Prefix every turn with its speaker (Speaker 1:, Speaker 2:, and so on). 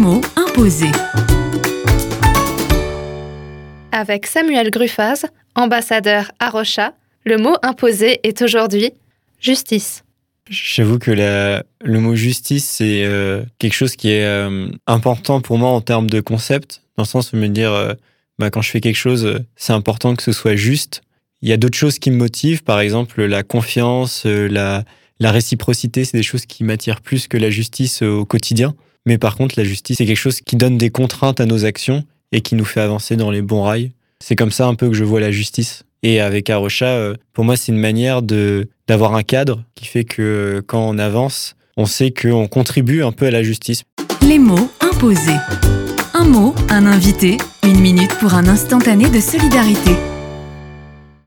Speaker 1: mots imposés.
Speaker 2: Avec Samuel Gruffaz, ambassadeur à Rocha, le mot imposé est aujourd'hui justice.
Speaker 3: J'avoue que le mot justice, c'est quelque chose qui est important pour moi en termes de concept, dans le sens où me dire, quand je fais quelque chose, c'est important que ce soit juste. Il y a d'autres choses qui me motivent, par exemple la confiance, la réciprocité, c'est des choses qui m'attirent plus que la justice au quotidien. Mais par contre, la justice, c'est quelque chose qui donne des contraintes à nos actions et qui nous fait avancer dans les bons rails. C'est comme ça un peu que je vois la justice. Et avec Arocha, pour moi, c'est une manière d'avoir un cadre qui fait que quand on avance, on sait qu'on contribue un peu à la justice.
Speaker 1: Les mots imposés. Un mot, un invité, 1 minute pour un instantané de solidarité.